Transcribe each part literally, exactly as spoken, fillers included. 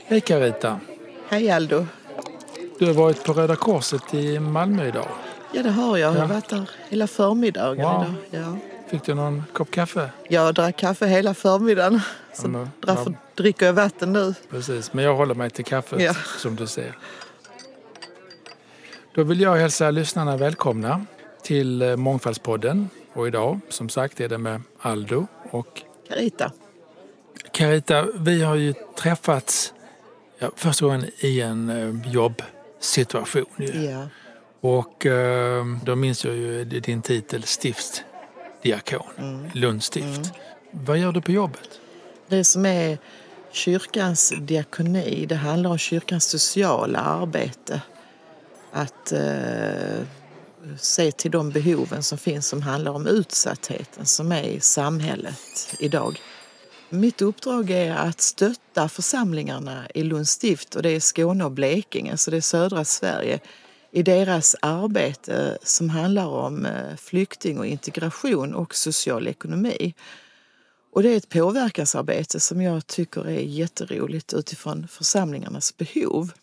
Hej Carita. Hej Aldo. Du har varit på Röda Korset i Malmö idag. Ja, det har jag. Jag har Ja. varit där hela förmiddagen Wow. idag. Ja. Fick du någon kopp kaffe? Jag drack kaffe hela förmiddagen. Så Ja, men, därför ja, dricker jag vatten nu. precis, men jag håller mig till kaffet Ja. som du ser. Då vill jag hälsa lyssnarna välkomna till eh, Mångfaldspodden. Och idag, som sagt, är det med Aldo och Carita. Carita. Vi har ju träffats ja, första gången i en eh, jobbsituation. Ju. Ja. Och eh, då minns jag ju din titel stiftsdiakon, mm. Lunds stift. Mm. Vad gör du på jobbet? Det som är kyrkans diakoni, det handlar om kyrkans sociala arbete. Att eh, se till de behoven som finns som handlar om utsattheten som är i samhället idag. Mitt uppdrag är att stötta församlingarna i Lunds stift, och det är Skåne och Blekinge, så det är södra Sverige, i deras arbete som handlar om flykting och integration och social ekonomi. Och det är ett påverkansarbete som jag tycker är jätteroligt utifrån församlingarnas behov.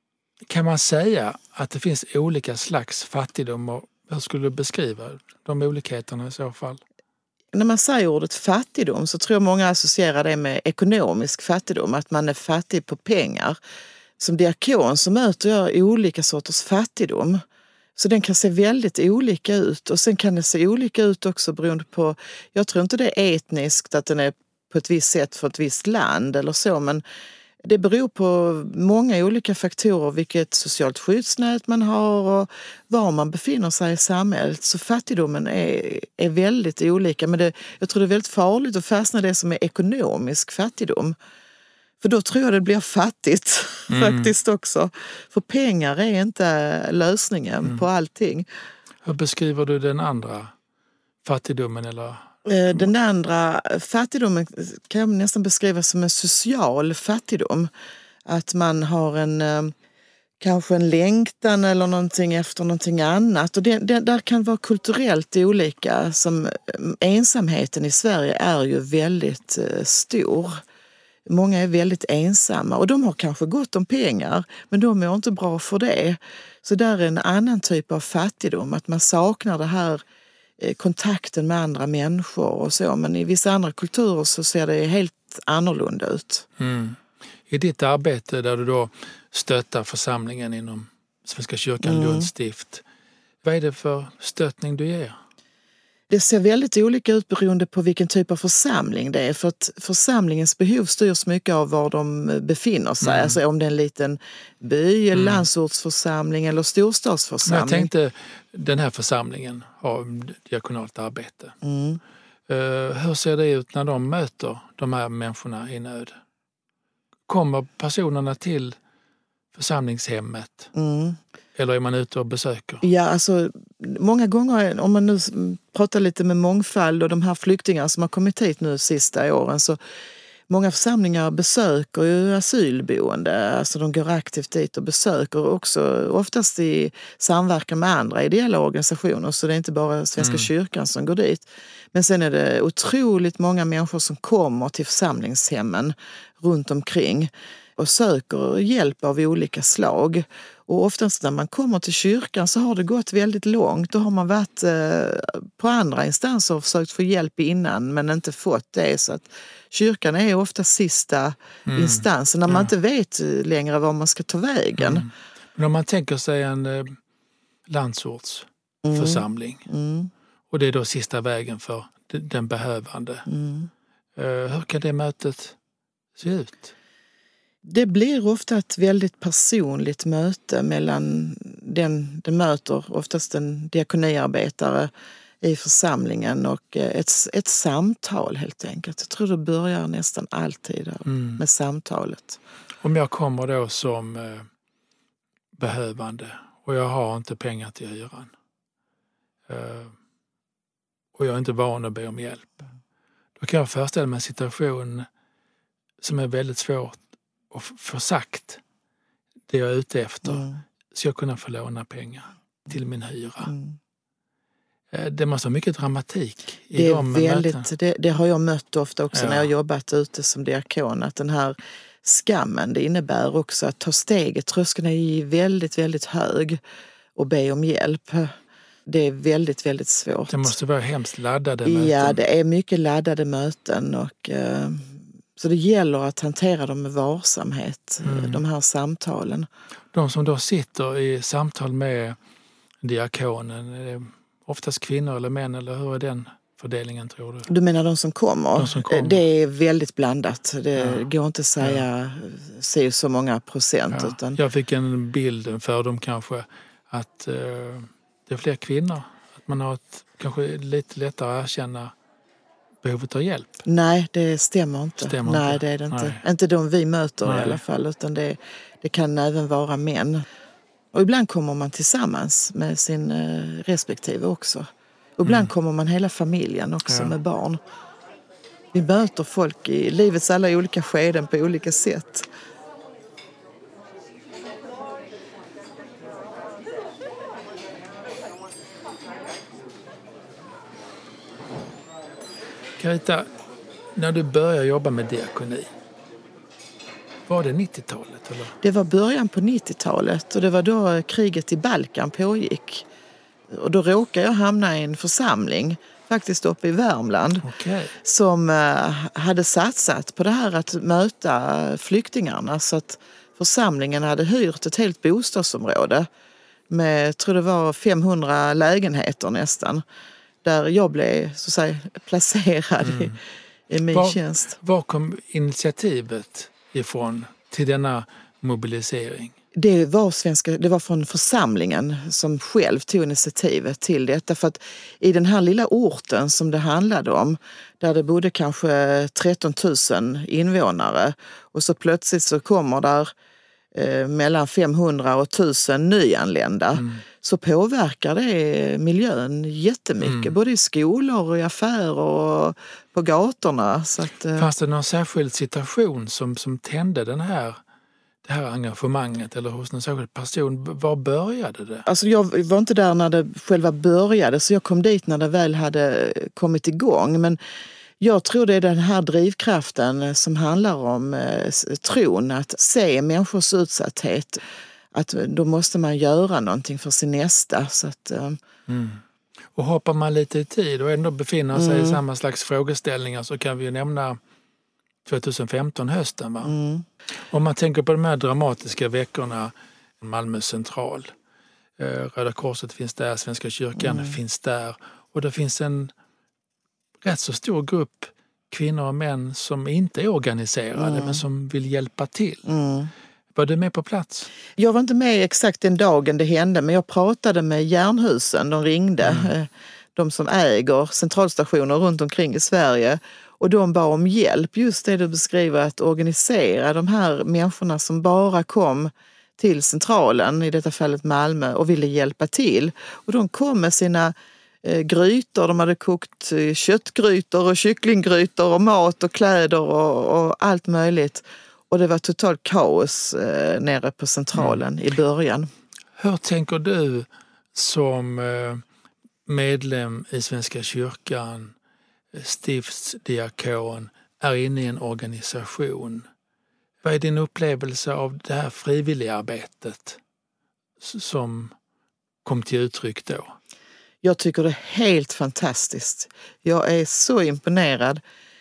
Kan man säga att det finns olika slags fattigdom, och hur skulle du beskriva de olikheterna i så fall? När man säger ordet fattigdom så tror jag många associerar det med ekonomisk fattigdom, att man är fattig på pengar. Som diakon så möter jag olika sorters fattigdom. Så den kan se väldigt olika ut, och sen kan det se olika ut också beroende på, jag tror inte det är etniskt att den är på ett visst sätt för ett visst land eller så, men det beror på många olika faktorer, vilket socialt skyddsnät man har och var man befinner sig i samhället. Så fattigdomen är, är väldigt olika, men det, jag tror det är väldigt farligt att fastna i det som är ekonomisk fattigdom. För då tror jag det blir fattigt mm. faktiskt också. För pengar är inte lösningen mm. på allting. Hur beskriver du den andra fattigdomen? Eller? Den andra fattigdomen kan jag nästan beskriva som en social fattigdom. Att man har en kanske en längtan eller någonting efter någonting annat. Och det, det där kan vara kulturellt olika. Som ensamheten i Sverige är ju väldigt stor. Många är väldigt ensamma och de har kanske gott om pengar, men de är inte bra för det. Så där är en annan typ av fattigdom, att man saknar det här kontakten med andra människor och så. Men i vissa andra kulturer så ser det helt annorlunda ut. Mm. I ditt arbete där du då stöttar församlingen inom Svenska kyrkan mm. Lunds stift, vad är det för stöttning du ger? Det ser väldigt olika ut beroende på vilken typ av församling det är. För att församlingens behov styrs mycket av var de befinner sig. Mm. Alltså om det är en liten by, mm. landsortsförsamling eller storstadsförsamling. Jag tänkte, den här församlingen har diakonalt arbete. Mm. Uh, hur ser det ut när de möter de här människorna i nöd? Kommer personerna till församlingshemmet? Mm. Eller är man ute och besöker? Ja, alltså många gånger, om man nu pratar lite med mångfald och de här flyktingar som har kommit hit nu sista åren, så många församlingar besöker ju asylboende. Alltså de går aktivt dit och besöker också, oftast i samverkan med andra ideella organisationer, så det är inte bara Svenska mm. kyrkan som går dit. Men sen är det otroligt många människor som kommer till församlingshemmen runt omkring och söker hjälp av olika slag. Och oftast när man kommer till kyrkan så har det gått väldigt långt. Då har man varit eh, på andra instanser och försökt få hjälp innan men inte fått det. Så att kyrkan är ofta sista mm. instansen när man ja. inte vet längre var man ska ta vägen. Mm. Men om man tänker sig en eh, landsortsförsamling mm. Mm. och det är då sista vägen för den behövande. Mm. Eh, hur kan det mötet se ut? Det blir ofta ett väldigt personligt möte mellan den, den möter oftast en diakoniarbetare i församlingen och ett, ett samtal helt enkelt. Jag tror det börjar nästan alltid mm. med samtalet. Om jag kommer då som eh, behövande och jag har inte pengar till hyran eh, och jag är inte van att be om hjälp, då kan jag föreställa mig en situation som är väldigt svår och få sagt det jag är ute efter mm. så jag kunna få låna pengar till min hyra. Mm. Det måste vara mycket dramatik i det är de väldigt, det, det har jag mött ofta också ja. när jag har jobbat ute som diakon. Att den här skammen det innebär också att ta steget. Tröskeln är väldigt, väldigt hög och be om hjälp. Det är väldigt, väldigt svårt. Det måste vara hemskt laddade möten. Ja, det är mycket laddade möten. Och, eh, så det gäller att hantera dem med varsamhet, mm. de här samtalen. De som då sitter i samtal med diakonen, är det oftast kvinnor eller män, eller hur är den fördelningen, tror du? Du menar de som kommer? De som kommer. Det är väldigt blandat. Det ja. går inte att säga ja. se så många procent. Ja. Utan... Jag fick en bild, en fördom kanske, att eh, det är fler kvinnor. Att man har ett, kanske lite lättare att erkänna behovet av hjälp. Nej, det stämmer inte. Stämmer Nej, inte. det är det inte. Nej. Inte de vi möter Nej. i alla fall, utan det, det kan även vara män. Och ibland kommer man tillsammans med sin eh, respektive också. Och ibland mm. kommer man hela familjen också ja. med barn. Vi möter folk i livets alla olika skeden på olika sätt. Carita, när du började jobba med diakoni, var det nittiotalet? Eller? Det var början på nittiotalet och det var då kriget i Balkan pågick. Och då råkade jag hamna i en församling, faktiskt uppe i Värmland, okay. som hade satsat på det här att möta flyktingarna. Så att församlingen hade hyrt ett helt bostadsområde med, jag tror det var femhundra lägenheter nästan, där jag blev så att säga placerad mm. i, i min var, tjänst. Var kom initiativet ifrån till denna mobilisering? Det var, svenska, det var från församlingen som själv tog initiativet till detta. För att i den här lilla orten som det handlade om, där det bodde kanske tretton tusen invånare, och så plötsligt så kommer där eh, mellan femhundra och tusen nyanlända, mm. så påverkar det miljön jättemycket. Mm. Både i skolor och i affärer och på gatorna. Så att, eh... Fanns det någon särskild situation som, som tände den här det här engagemanget, eller hos någon särskild person? Var började det? Alltså jag var inte där när det själva började, så jag kom dit när det väl hade kommit igång. Men jag tror det är den här drivkraften som handlar om eh, tron, att se människors utsatthet. Att då måste man göra någonting för sin nästa. Så att, eh... mm. Och hoppar man lite i tid och ändå befinner sig mm. i samma slags frågeställningar, så kan vi ju nämna tjugohundrafemton hösten, va? Mm. Om man tänker på de här dramatiska veckorna, Malmö central, eh, Röda Korset finns där, Svenska kyrkan mm. finns där, och det finns en rätt så stor grupp kvinnor och män som inte är organiserade mm. men som vill hjälpa till. Mm. Var du med på plats? Jag var inte med exakt den dagen det hände, men jag pratade med Jernhusen, de ringde, mm. de som äger centralstationer runt omkring i Sverige. Och de bad om hjälp, just det du beskriver, att organisera de här människorna som bara kom till centralen, i detta fallet Malmö, och ville hjälpa till. Och de kom med sina eh, grytor, de hade kokt eh, köttgrytor och kycklinggrytor och mat och kläder och, och allt möjligt. Och det var totalt kaos eh, nere på centralen mm. i början. Hur tänker du som eh, medlem i Svenska kyrkan, stiftsdiakon, är inne i en organisation? Vad är din upplevelse av det här frivilligarbetet som kom till uttryck då? Jag tycker det är helt fantastiskt. Jag är så imponerad.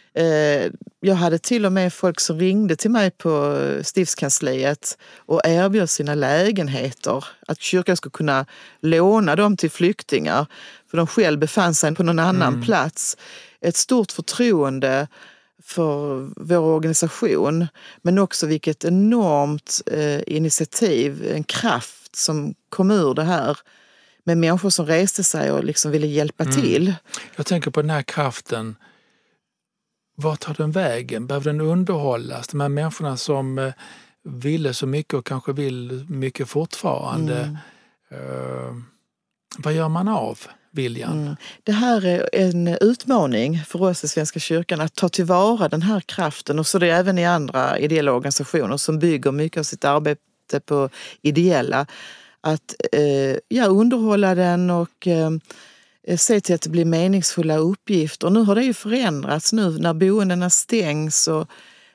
Jag hade till och med folk som ringde till mig på stiftskansliet och erbjöd sina lägenheter, att kyrkan skulle kunna låna dem till flyktingar, för de själv befann sig på någon annan mm. plats. Ett stort förtroende för vår organisation, men också vilket enormt eh, initiativ, en kraft som kom ur det här, med människor som reste sig och liksom ville hjälpa mm. till. Jag tänker på den här kraften. Vart tar den vägen? Behöver den underhållas? De här människorna som eh, ville så mycket och kanske vill mycket fortfarande. Mm. Eh, vad gör man av viljan? Mm. Det här är en utmaning för oss i Svenska kyrkan, att ta tillvara den här kraften, och så det är även i andra ideella organisationer som bygger mycket av sitt arbete på ideella, att eh, ja, underhålla den och eh, se till att det blir meningsfulla uppgifter. Och nu har det ju förändrats nu när boendena stängs och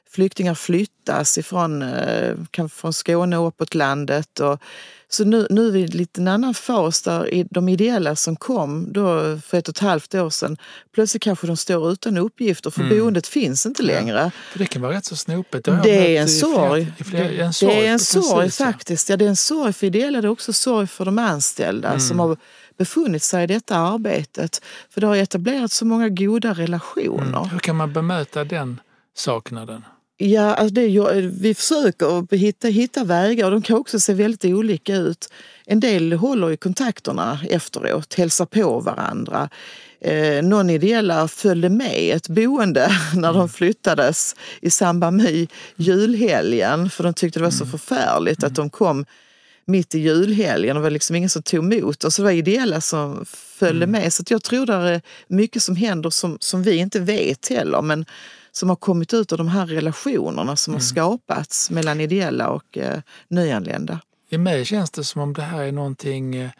flyktingar flyttas ifrån, kan från Skåne uppåt landet. Och, så nu, nu är vi lite en annan fas där de ideella som kom då för ett och ett halvt år sedan, plötsligt kanske de står utan uppgifter för mm. boendet finns inte längre. Ja, för det kan vara rätt så snopet. Det, det är en sorg. Det, det är en sorg, det är en sorg precis, faktiskt. Ja, det är en sorg för ideella, det är också sorg för de anställda mm. som har befunnit sig i detta arbetet. För det har etablerat så många goda relationer. Mm. Hur kan man bemöta den saknaden? Ja, alltså det, vi försöker hitta, hitta vägar och de kan också se väldigt olika ut. En del håller i kontakterna efteråt, hälsar på varandra. Eh, någon ideella följde med ett boende när de flyttades i samband med julhelgen, för de tyckte det var så förfärligt att de kom mitt i julhelgen och var liksom ingen som tog emot. Och så var ideella som följde med. Så att jag tror det är mycket som händer som, som vi inte vet heller, men som har kommit ut av de här relationerna som mm. har skapats mellan ideella och eh, nyanlända. I mig känns det som om det här är någonting eh,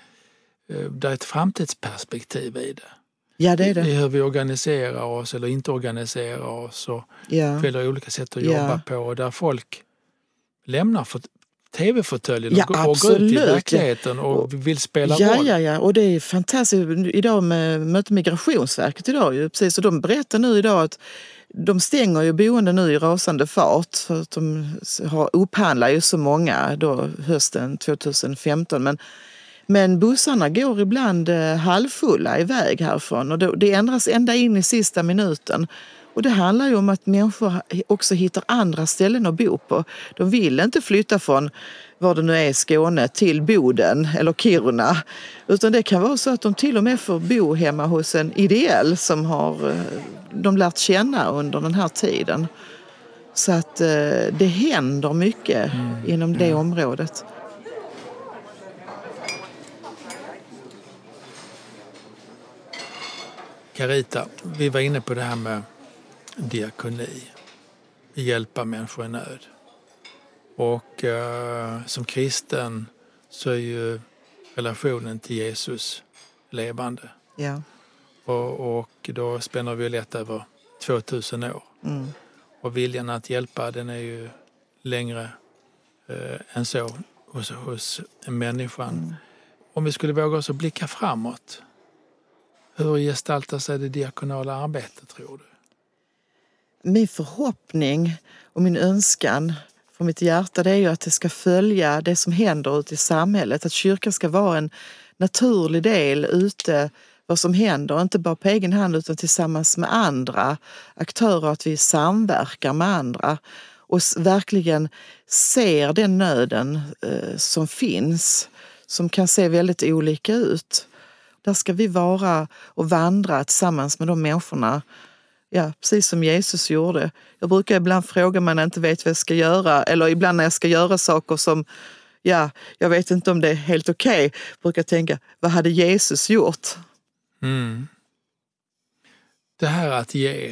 där ett framtidsperspektiv i det. Ja, det är det. I hur vi organiserar oss eller inte organiserar oss och ja. väljer olika sätt att jobba ja. på. Och där folk lämnar för tv-fåtöljen ja, och, och går ut i verkligheten och, och vill spela ja, roll. Ja, ja, och det är fantastiskt. Idag med möte Migrationsverket idag ju, precis, och de berättar nu idag att de stänger ju boende nu i rasande fart för att de har upphandlat ju så många då hösten tjugohundrafemton. Men, men bussarna går ibland halvfulla iväg härifrån och det ändras ända in i sista minuten. Och det handlar ju om att människor också hittar andra ställen att bo på. De vill inte flytta från var det nu är Skåne till Boden eller Kiruna. Utan det kan vara så att de till och med får bo hemma hos en ideell som har de lärt känna under den här tiden. Så att det händer mycket mm. inom det mm. området. Carita, vi var inne på det här med diakoni, hjälpa människor i nöd. Och eh, som kristen så är ju relationen till Jesus levande. Ja. Och, och då spänner vi lätt över tvåtusen år. Mm. Och viljan att hjälpa, den är ju längre eh, än så hos, hos människan. Mm. Om vi skulle våga oss att blicka framåt, hur gestaltar sig det diakonala arbetet, tror du? Min förhoppning och min önskan från mitt hjärta, det är ju att det ska följa det som händer ute i samhället. Att kyrkan ska vara en naturlig del ute vad som händer, inte bara på egen hand utan tillsammans med andra aktörer, att vi samverkar med andra och verkligen ser den nöden eh, som finns, som kan se väldigt olika ut. Där ska vi vara och vandra tillsammans med de människorna. Ja, precis som Jesus gjorde. Jag brukar ibland fråga när jag inte vet vad jag ska göra. Eller ibland när jag ska göra saker som, ja, jag vet inte om det är helt okej. Okay, brukar tänka, vad hade Jesus gjort? Mm. Det här att ge,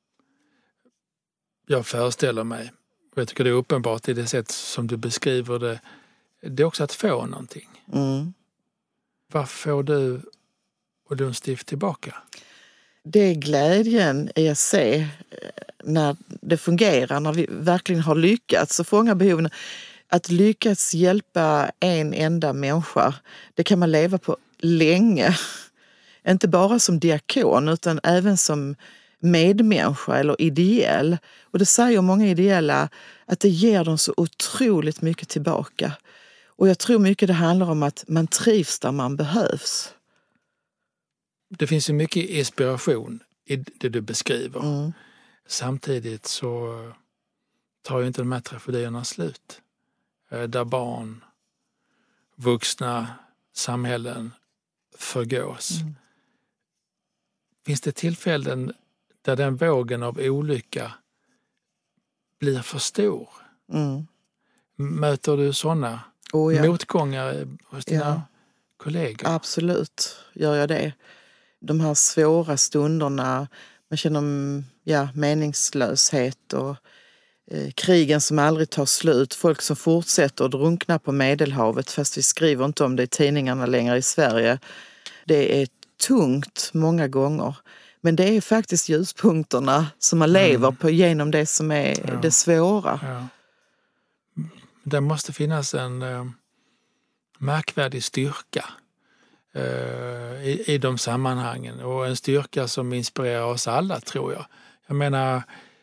jag föreställer mig, och jag tycker det är uppenbart i det sätt som du beskriver det, det är också att få någonting. Mm. Vad får du och Lunds stift tillbaka? Det är glädjen i att se när det fungerar, när vi verkligen har lyckats och fånga behoven. Att lyckas hjälpa en enda människa, det kan man leva på länge. Inte bara som diakon utan även som medmänniska eller ideell. Och det säger många ideella att det ger dem så otroligt mycket tillbaka. Och jag tror mycket det handlar om att man trivs där man behövs. Det finns ju mycket inspiration i det du beskriver. Mm. Samtidigt så tar ju inte de här tragedierna slut. Där barn, vuxna, samhällen förgås. Mm. Finns det tillfällen där den vågen av olycka blir för stor? Mm. Möter du sådana oh, ja. motgångar hos dina ja. kollegor? Absolut, gör jag det. De här svåra stunderna, man känner ja, meningslöshet och eh, krigen som aldrig tar slut. Folk som fortsätter att drunkna på Medelhavet fast vi skriver inte om det i tidningarna längre i Sverige. Det är tungt många gånger. Men det är faktiskt ljuspunkterna som man lever Mm. på genom det som är Ja. det svåra. Ja. Det måste finnas en eh, märkvärdig styrka eh, i, i de sammanhangen. Och en styrka som inspirerar oss alla, tror jag. Jag menar,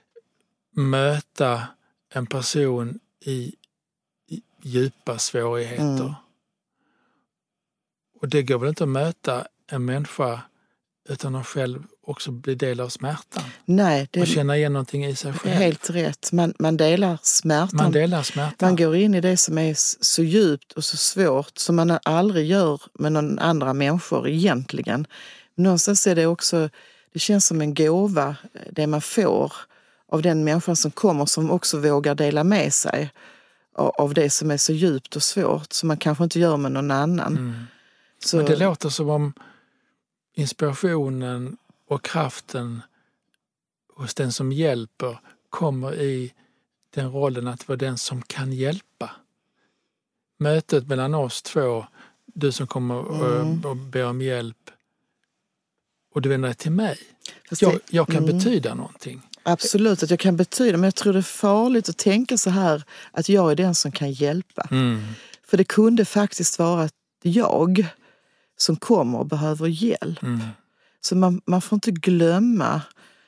möta en person i, i djupa svårigheter. Mm. Och det går väl inte att möta en människa utan att själv också bli del av smärtan. Nej, det Och är känna igen någonting i sig själv. helt rätt. Man, man delar smärtan. Man delar smärtan. Man går in i det som är så djupt och så svårt som man aldrig gör med någon andra människor egentligen. Någonstans är det också, det känns som en gåva, det man får av den människan som kommer, som också vågar dela med sig av det som är så djupt och svårt som man kanske inte gör med någon annan. Mm. Så, Men det låter som om inspirationen och kraften hos den som hjälper kommer i den rollen att vara den som kan hjälpa. Mötet mellan oss två, du som kommer Mm. och ber om hjälp och du vänder dig till mig. fast Jag, det- jag kan mm. betyda någonting. Absolut att jag kan betyda, men jag tror det är farligt att tänka så här att jag är den som kan hjälpa. Mm. För det kunde faktiskt vara jag som kommer och behöver hjälp. Mm. Så man, man får inte glömma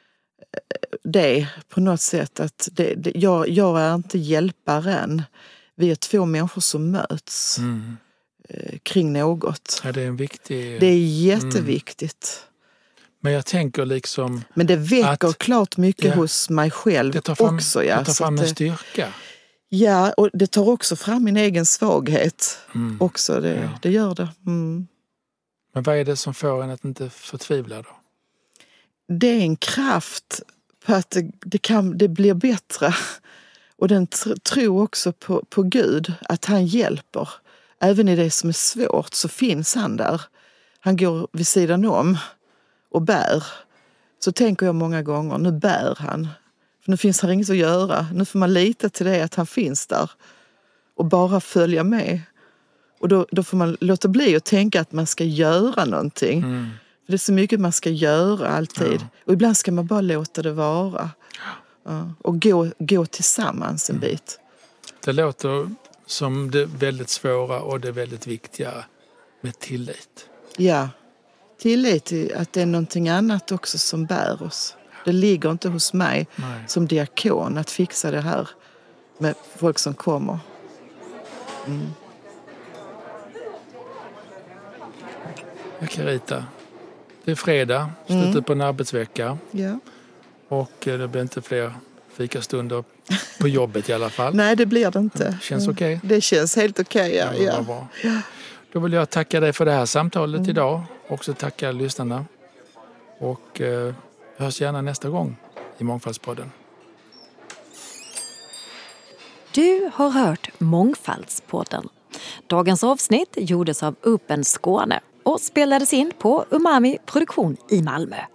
det på något sätt. Att det, det, jag, jag är inte hjälparen. Vi är två människor som möts Mm. eh, kring något. Ja, det är en viktig... Det är jätteviktigt. Men jag tänker liksom... Men det väcker Att- klart mycket ja. hos mig själv Det tar fram, också. Ja. det tar Så fram att en det- styrka. Ja, och det tar också fram min egen svaghet Mm. också. Det, Ja. det gör det. Mm. Men vad är det som får en att inte förtvivla då? Det är en kraft på att det, det, kan, det blir bättre. Och den tr- tror också på, på Gud, att han hjälper. Även i det som är svårt så finns han där. Han går vid sidan om och bär. Så tänker jag många gånger, nu bär han. För nu finns det inget att göra. Nu får man lita till det, att han finns där. Och bara följa med. Och då, då får man låta bli att tänka att man ska göra någonting. Mm. För det är så mycket man ska göra alltid. Ja. Och ibland ska man bara låta det vara. Ja. Och gå, gå tillsammans en bit. Det låter som det väldigt svåra och det väldigt viktiga med tillit. Ja. Tillit till att det är någonting annat också som bär oss. Det ligger inte hos mig Nej. som diakon att fixa det här med folk som kommer. Ja, Carita, det är fredag, slutet Mm. på en arbetsvecka Ja. och eh, det blir inte fler fikastunder på jobbet i alla fall. Nej, det blir det inte. Känns okej? Det känns helt okej, ja. men ja. vad bra. Då vill jag tacka dig för det här samtalet idag. Också tacka lyssnarna. Och eh, hörs gärna nästa gång i Mångfaldspodden. Du har hört Mångfaldspodden. Dagens avsnitt gjordes av Open Skåne och spelades in på Umami Produktion i Malmö.